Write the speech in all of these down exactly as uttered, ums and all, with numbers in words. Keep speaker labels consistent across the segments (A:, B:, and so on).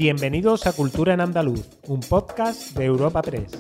A: Bienvenidos a Cultura en Andaluz, un podcast de Europa tres.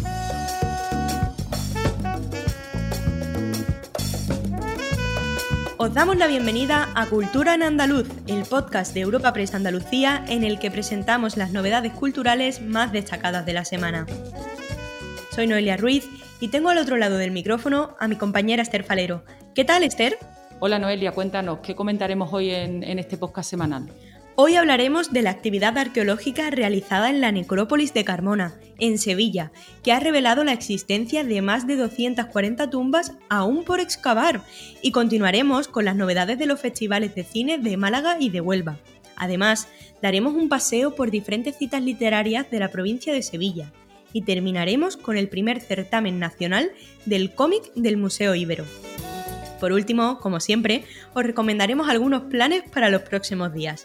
B: Os damos la bienvenida a Cultura en Andaluz, el podcast de Europa Press Andalucía en el que presentamos las novedades culturales más destacadas de la semana. Soy Noelia Ruiz y tengo al otro lado del micrófono a mi compañera Esther Falero. ¿Qué tal, Esther?
C: Hola Noelia, cuéntanos, ¿qué comentaremos hoy en, en este podcast semanal?
B: Hoy hablaremos de la actividad arqueológica realizada en la necrópolis de Carmona, en Sevilla, que ha revelado la existencia de más de doscientas cuarenta tumbas aún por excavar, y continuaremos con las novedades de los festivales de cine de Málaga y de Huelva. Además, daremos un paseo por diferentes citas literarias de la provincia de Sevilla, y terminaremos con el primer certamen nacional del cómic del Museo Ibero. Por último, como siempre, os recomendaremos algunos planes para los próximos días.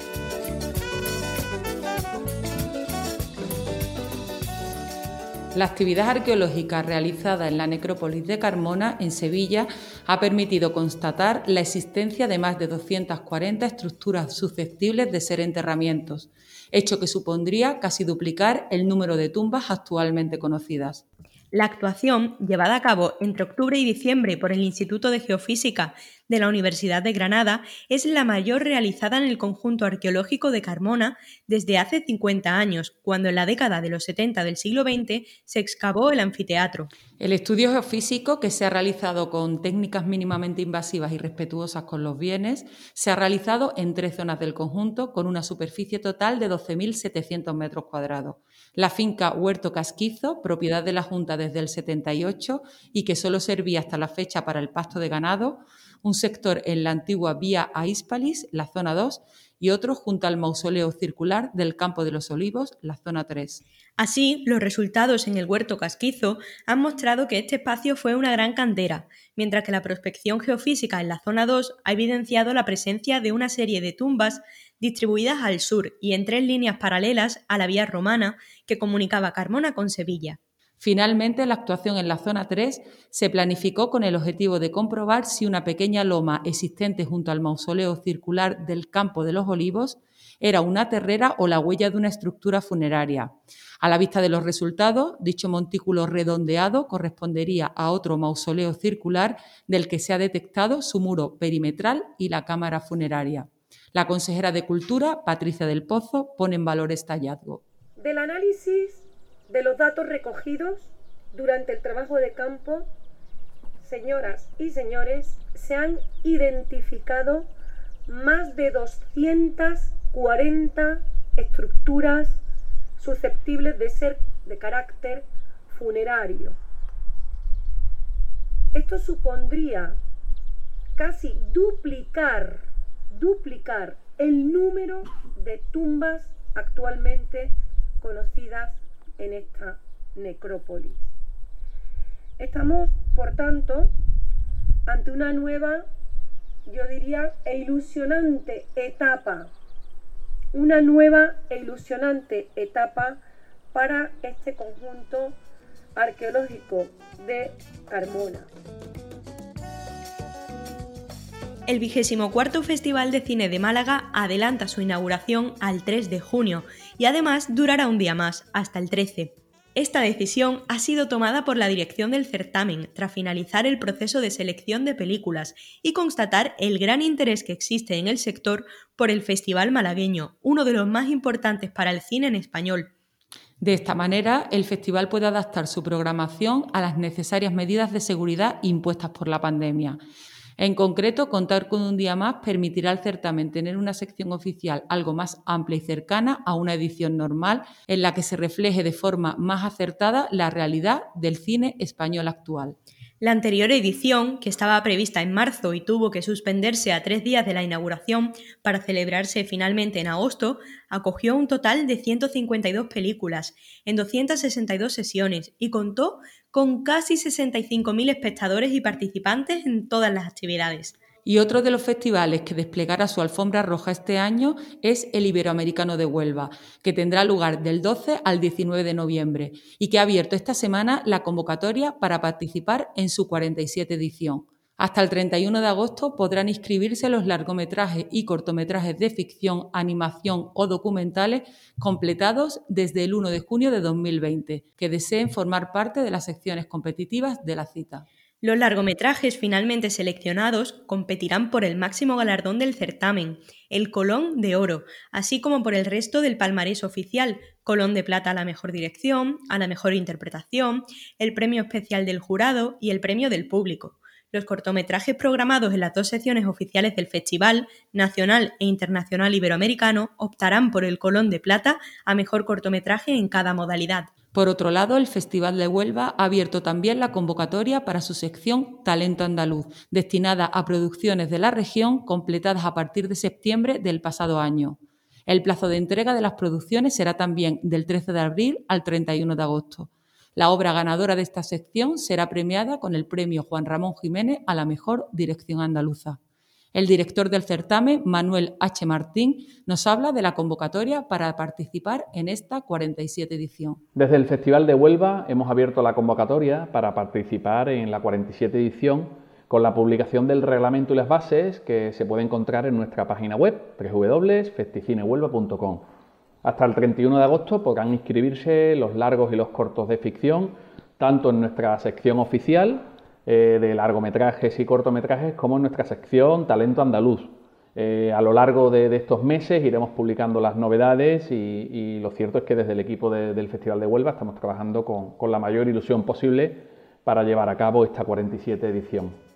C: La actividad arqueológica realizada en la necrópolis de Carmona, en Sevilla, ha permitido constatar la existencia de más de doscientas cuarenta estructuras susceptibles de ser enterramientos, hecho que supondría casi duplicar el número de tumbas actualmente conocidas.
B: La actuación, llevada a cabo entre octubre y diciembre por el Instituto de Geofísica de la Universidad de Granada, es la mayor realizada en el conjunto arqueológico de Carmona desde hace cincuenta años, cuando en la década de los setenta del siglo veinte se excavó el anfiteatro.
C: El estudio geofísico, que se ha realizado con técnicas mínimamente invasivas y respetuosas con los bienes, se ha realizado en tres zonas del conjunto con una superficie total de doce mil setecientos metros cuadrados. La finca Huerto Casquizo, propiedad de la Junta desde el setenta y ocho y que solo servía hasta la fecha para el pasto de ganado, un sector en la antigua Vía a Hispalis, la zona dos, y otro junto al mausoleo circular del Campo de los Olivos, la zona tres.
B: Así, los resultados en el Huerto Casquizo han mostrado que este espacio fue una gran cantera, mientras que la prospección geofísica en la zona dos ha evidenciado la presencia de una serie de tumbas distribuidas al sur y en tres líneas paralelas a la vía romana que comunicaba Carmona con Sevilla.
C: Finalmente, la actuación en la zona tres se planificó con el objetivo de comprobar si una pequeña loma existente junto al mausoleo circular del Campo de los Olivos era una terrera o la huella de una estructura funeraria. A la vista de los resultados, dicho montículo redondeado correspondería a otro mausoleo circular del que se ha detectado su muro perimetral y la cámara funeraria. La consejera de Cultura, Patricia del Pozo, pone en valor este hallazgo.
D: Del análisis de los datos recogidos durante el trabajo de campo, señoras y señores, se han identificado más de doscientas cuarenta estructuras susceptibles de ser de carácter funerario. Esto supondría casi duplicar, duplicar el número de tumbas actualmente conocidas en esta necrópolis. Estamos, por tanto, ante una nueva, yo diría, e ilusionante etapa, una nueva e ilusionante etapa para este conjunto arqueológico de Carmona.
B: El vigésimo cuarto Festival de Cine de Málaga adelanta su inauguración al tres de junio y además durará un día más, hasta el trece. Esta decisión ha sido tomada por la dirección del certamen tras finalizar el proceso de selección de películas y constatar el gran interés que existe en el sector por el Festival malagueño, uno de los más importantes para el cine en español.
C: De esta manera, el festival puede adaptar su programación a las necesarias medidas de seguridad impuestas por la pandemia. En concreto, contar con un día más permitirá al certamen tener una sección oficial algo más amplia y cercana a una edición normal en la que se refleje de forma más acertada la realidad del cine español actual.
B: La anterior edición, que estaba prevista en marzo y tuvo que suspenderse a tres días de la inauguración para celebrarse finalmente en agosto, acogió un total de ciento cincuenta y dos películas en doscientas sesenta y dos sesiones y contó con casi sesenta y cinco mil espectadores y participantes en todas las actividades.
C: Y otro de los festivales que desplegará su alfombra roja este año es el Iberoamericano de Huelva, que tendrá lugar del doce al diecinueve de noviembre y que ha abierto esta semana la convocatoria para participar en su cuarenta y siete edición. Hasta el treinta y uno de agosto podrán inscribirse los largometrajes y cortometrajes de ficción, animación o documentales completados desde el uno de junio de dos mil veinte, que deseen formar parte de las secciones competitivas de la cita.
B: Los largometrajes finalmente seleccionados competirán por el máximo galardón del certamen, el Colón de Oro, así como por el resto del palmarés oficial, Colón de Plata a la mejor dirección, a la mejor interpretación, el premio especial del jurado y el premio del público. Los cortometrajes programados en las dos secciones oficiales del Festival, Nacional e Internacional Iberoamericano, optarán por el Colón de Plata a mejor cortometraje en cada modalidad.
C: Por otro lado, el Festival de Huelva ha abierto también la convocatoria para su sección Talento Andaluz, destinada a producciones de la región completadas a partir de septiembre del pasado año. El plazo de entrega de las producciones será también del trece de abril al treinta y uno de agosto. La obra ganadora de esta sección será premiada con el premio Juan Ramón Jiménez a la mejor dirección andaluza. El director del certamen, Manuel H. Martín, nos habla de la convocatoria para participar en esta cuarenta y siete edición.
E: Desde el Festival de Huelva hemos abierto la convocatoria para participar en la cuarenta y siete edición con la publicación del reglamento y las bases que se puede encontrar en nuestra página web doble u doble u doble punto festiginehuelva punto com. Hasta el treinta y uno de agosto podrán inscribirse los largos y los cortos de ficción, tanto en nuestra sección oficial eh, de largometrajes y cortometrajes como en nuestra sección Talento Andaluz. Eh, a lo largo de, de estos meses iremos publicando las novedades y, y lo cierto es que desde el equipo de, del Festival de Huelva estamos trabajando con, con la mayor ilusión posible para llevar a cabo esta cuarenta y siete edición.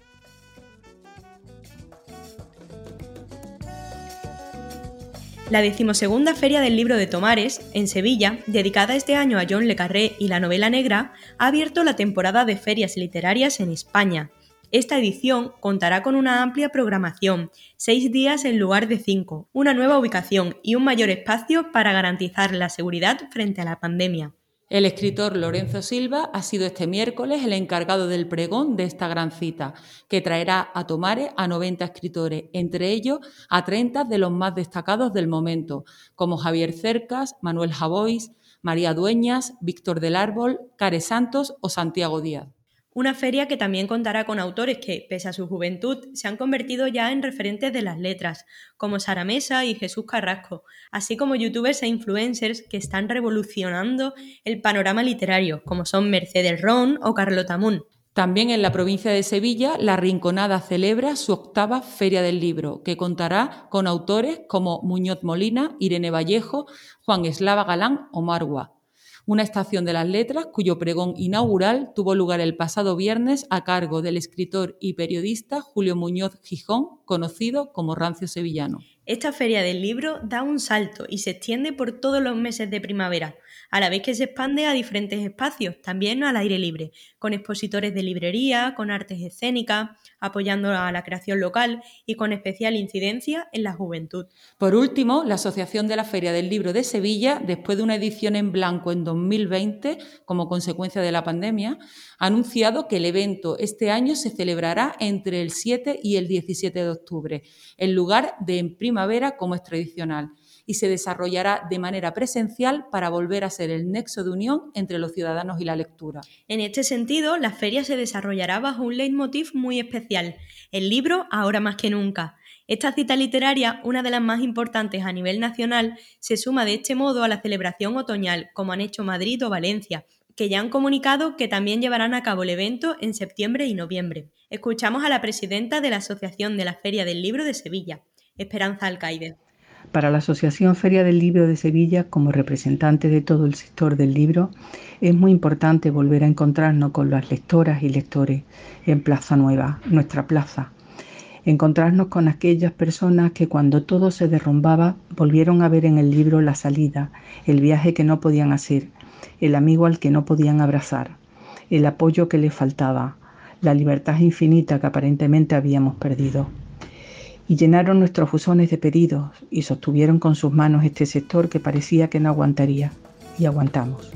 B: La decimosegunda Feria del Libro de Tomares, en Sevilla, dedicada este año a John le Carré y la novela negra, ha abierto la temporada de ferias literarias en España. Esta edición contará con una amplia programación, seis días en lugar de cinco, una nueva ubicación y un mayor espacio para garantizar la seguridad frente a la pandemia.
C: El escritor Lorenzo Silva ha sido este miércoles el encargado del pregón de esta gran cita, que traerá a Tomares a noventa escritores, entre ellos a treinta de los más destacados del momento, como Javier Cercas, Manuel Javois, María Dueñas, Víctor del Árbol, Care Santos o Santiago Díaz.
B: Una feria que también contará con autores que, pese a su juventud, se han convertido ya en referentes de las letras, como Sara Mesa y Jesús Carrasco, así como youtubers e influencers que están revolucionando el panorama literario, como son Mercedes Ron o Carlota Mun.
C: También en la provincia de Sevilla, La Rinconada celebra su octava Feria del Libro, que contará con autores como Muñoz Molina, Irene Vallejo, Juan Eslava Galán o Margua. Una estación de las letras cuyo pregón inaugural tuvo lugar el pasado viernes a cargo del escritor y periodista Julio Muñoz Gijón, conocido como Rancio Sevillano.
B: Esta Feria del Libro da un salto y se extiende por todos los meses de primavera, a la vez que se expande a diferentes espacios, también al aire libre, con expositores de librería, con artes escénicas, apoyando a la creación local y con especial incidencia en la juventud.
C: Por último, la Asociación de la Feria del Libro de Sevilla, después de una edición en blanco en dos mil veinte, como consecuencia de la pandemia, ha anunciado que el evento este año se celebrará entre el siete y el diecisiete de octubre, en lugar de en primavera como es tradicional, y se desarrollará de manera presencial para volver a ser el nexo de unión entre los ciudadanos y la lectura.
B: En este sentido, la feria se desarrollará bajo un leitmotiv muy especial, el libro ahora más que nunca. Esta cita literaria, una de las más importantes a nivel nacional, se suma de este modo a la celebración otoñal, como han hecho Madrid o Valencia, que ya han comunicado que también llevarán a cabo el evento en septiembre y noviembre. Escuchamos a la presidenta de la Asociación de la Feria del Libro de Sevilla, Esperanza Alcaide.
F: Para la Asociación Feria del Libro de Sevilla, como representante de todo el sector del libro, es muy importante volver a encontrarnos con las lectoras y lectores en Plaza Nueva, nuestra plaza. Encontrarnos con aquellas personas que cuando todo se derrumbaba volvieron a ver en el libro la salida, el viaje que no podían hacer, el amigo al que no podían abrazar, el apoyo que les faltaba, la libertad infinita que aparentemente habíamos perdido. Y llenaron nuestros buzones de pedidos y sostuvieron con sus manos este sector que parecía que no aguantaría. Y aguantamos.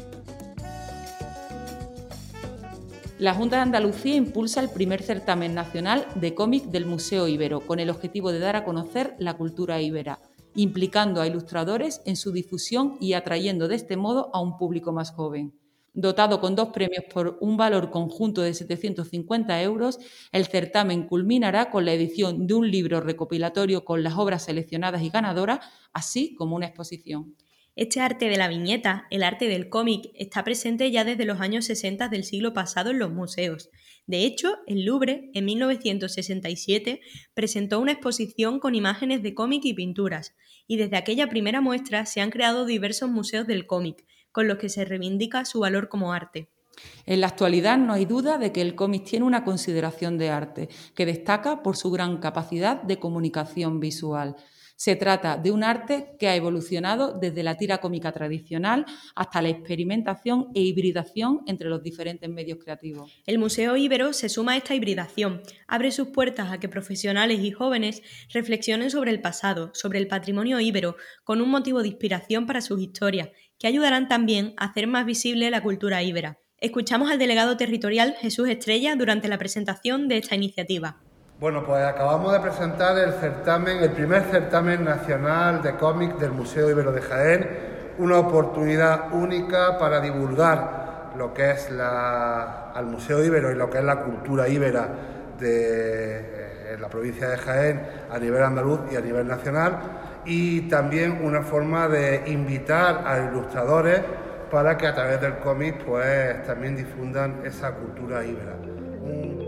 C: La Junta de Andalucía impulsa el primer certamen nacional de cómic del Museo Ibero, con el objetivo de dar a conocer la cultura íbera, implicando a ilustradores en su difusión y atrayendo de este modo a un público más joven. Dotado con dos premios por un valor conjunto de setecientos cincuenta euros, el certamen culminará con la edición de un libro recopilatorio con las obras seleccionadas y ganadoras, así como una exposición.
B: Este arte de la viñeta, el arte del cómic, está presente ya desde los años sesenta del siglo pasado en los museos. De hecho, el Louvre, en mil novecientos sesenta y siete, presentó una exposición con imágenes de cómic y pinturas, y desde aquella primera muestra se han creado diversos museos del cómic, con los que se reivindica su valor como arte.
C: En la actualidad no hay duda de que el cómic tiene una consideración de arte, que destaca por su gran capacidad de comunicación visual. Se trata de un arte que ha evolucionado desde la tira cómica tradicional hasta la experimentación e hibridación entre los diferentes medios creativos.
B: El Museo Íbero se suma a esta hibridación, abre sus puertas a que profesionales y jóvenes reflexionen sobre el pasado, sobre el patrimonio íbero, con un motivo de inspiración para sus historias, que ayudarán también a hacer más visible la cultura íbera. Escuchamos al delegado territorial Jesús Estrella durante la presentación de esta iniciativa.
G: Bueno, pues acabamos de presentar el certamen, el primer certamen nacional de cómic del Museo Íbero de Jaén, una oportunidad única para divulgar lo que es la, al Museo Íbero y lo que es la cultura íbera de eh, la provincia de Jaén a nivel andaluz y a nivel nacional, y también una forma de invitar a ilustradores para que a través del cómic pues también difundan esa cultura íbera. Un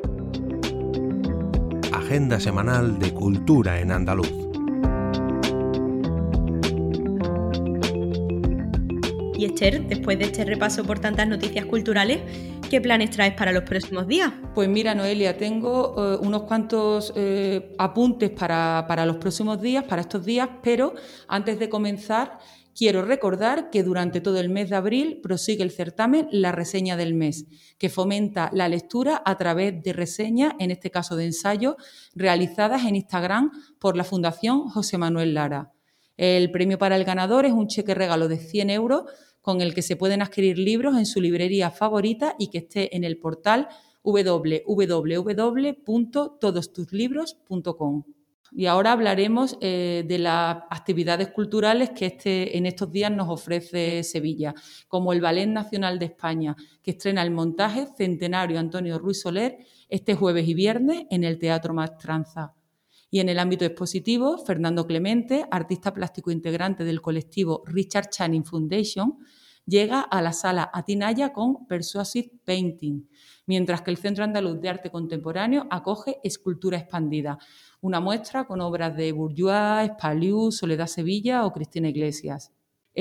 H: Agenda semanal de cultura en andaluz.
B: Y Esther, después de este repaso por tantas noticias culturales, ¿qué planes traes para los próximos días?
C: Pues mira, Noelia, tengo eh, unos cuantos eh, apuntes para, para los próximos días, para estos días, pero antes de comenzar quiero recordar que durante todo el mes de abril prosigue el certamen La Reseña del Mes, que fomenta la lectura a través de reseñas, en este caso de ensayos, realizadas en Instagram por la Fundación José Manuel Lara. El premio para el ganador es un cheque regalo de cien euros con el que se pueden adquirir libros en su librería favorita y que esté en el portal doble u doble u doble u punto todos tus libros punto com. Y ahora hablaremos eh, de las actividades culturales que este, en estos días nos ofrece Sevilla, como el Ballet Nacional de España, que estrena el montaje Centenario Antonio Ruiz Soler este jueves y viernes en el Teatro Maestranza. Y en el ámbito expositivo, Fernando Clemente, artista plástico integrante del colectivo Richard Channing Foundation, llega a la Sala Atinaya con Persuasive Painting, mientras que el Centro Andaluz de Arte Contemporáneo acoge Escultura Expandida, una muestra con obras de Bourgeois, Spaliu, Soledad Sevilla o Cristina Iglesias.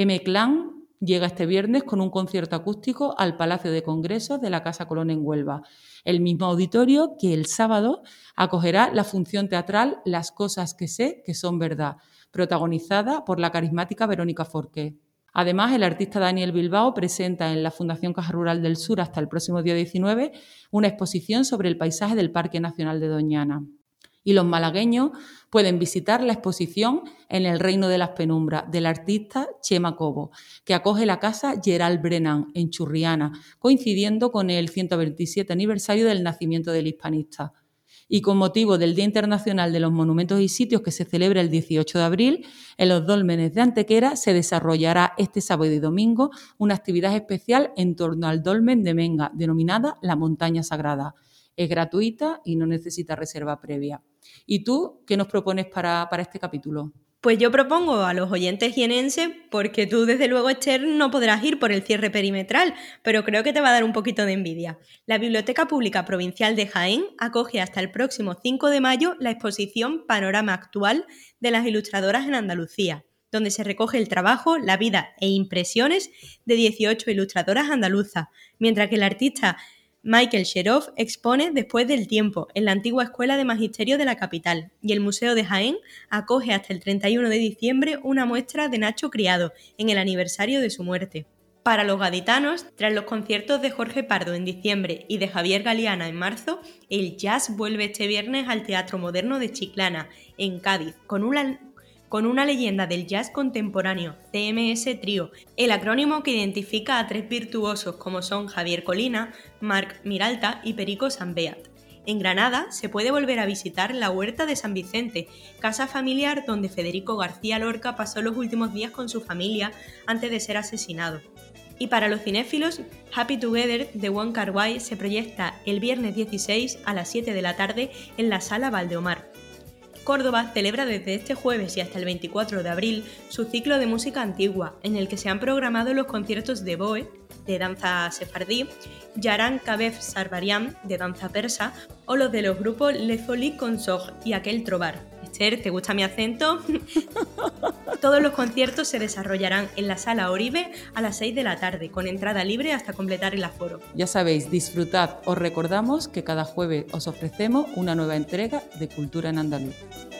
C: M-Clan llega este viernes con un concierto acústico al Palacio de Congresos de la Casa Colón en Huelva, el mismo auditorio que el sábado acogerá la función teatral Las cosas que sé que son verdad, protagonizada por la carismática Verónica Forqué. Además, el artista Daniel Bilbao presenta en la Fundación Caja Rural del Sur hasta el próximo día diecinueve una exposición sobre el paisaje del Parque Nacional de Doñana. Y los malagueños pueden visitar la exposición En el Reino de las Penumbras del artista Chema Cobo, que acoge la casa Gerald Brennan en Churriana, coincidiendo con el ciento veintisiete aniversario del nacimiento del hispanista. Y con motivo del Día Internacional de los Monumentos y Sitios, que se celebra el dieciocho de abril, en los dólmenes de Antequera se desarrollará este sábado y domingo una actividad especial en torno al dolmen de Menga, denominada La Montaña Sagrada. Es gratuita y no necesita reserva previa. ¿Y tú qué nos propones para, para este capítulo?
B: Pues yo propongo a los oyentes jienenses, porque tú desde luego, Esther, no podrás ir por el cierre perimetral, pero creo que te va a dar un poquito de envidia. La Biblioteca Pública Provincial de Jaén acoge hasta el próximo cinco de mayo la exposición Panorama Actual de las Ilustradoras en Andalucía, donde se recoge el trabajo, la vida e impresiones de dieciocho ilustradoras andaluzas, mientras que el artista Michael Sheroff expone Después del tiempo en la antigua Escuela de Magisterio de la capital, y el Museo de Jaén acoge hasta el treinta y uno de diciembre una muestra de Nacho Criado en el aniversario de su muerte. Para los gaditanos, tras los conciertos de Jorge Pardo en diciembre y de Javier Galeana en marzo, el jazz vuelve este viernes al Teatro Moderno de Chiclana, en Cádiz, con una con una leyenda del jazz contemporáneo, C M S Trío, el acrónimo que identifica a tres virtuosos como son Javier Colina, Marc Miralta y Perico Sambeat. En Granada se puede volver a visitar la Huerta de San Vicente, casa familiar donde Federico García Lorca pasó los últimos días con su familia antes de ser asesinado. Y para los cinéfilos, Happy Together de Wong Kar-wai se proyecta el viernes dieciséis a las siete de la tarde en la Sala Valdeomar. Córdoba celebra desde este jueves y hasta el veinticuatro de abril su ciclo de música antigua, en el que se han programado los conciertos de Boe, de danza sefardí, Yaran Kabev Sarbarian, de danza persa, o los de los grupos Le Folie Consort y Aquel Trobar. Esther, ¿te gusta mi acento? Todos los conciertos se desarrollarán en la Sala Oribe a las seis de la tarde, con entrada libre hasta completar el aforo.
C: Ya sabéis, disfrutad. Os recordamos que cada jueves os ofrecemos una nueva entrega de Cultura en Andaluz.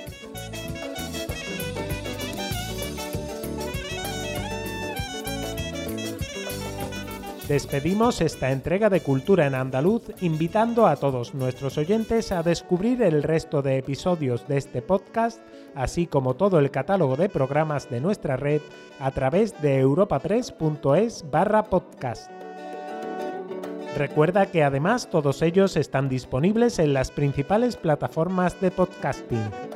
A: Despedimos esta entrega de Cultura en Andaluz invitando a todos nuestros oyentes a descubrir el resto de episodios de este podcast, así como todo el catálogo de programas de nuestra red a través de europa tres punto es barra podcast. Recuerda que además todos ellos están disponibles en las principales plataformas de podcasting.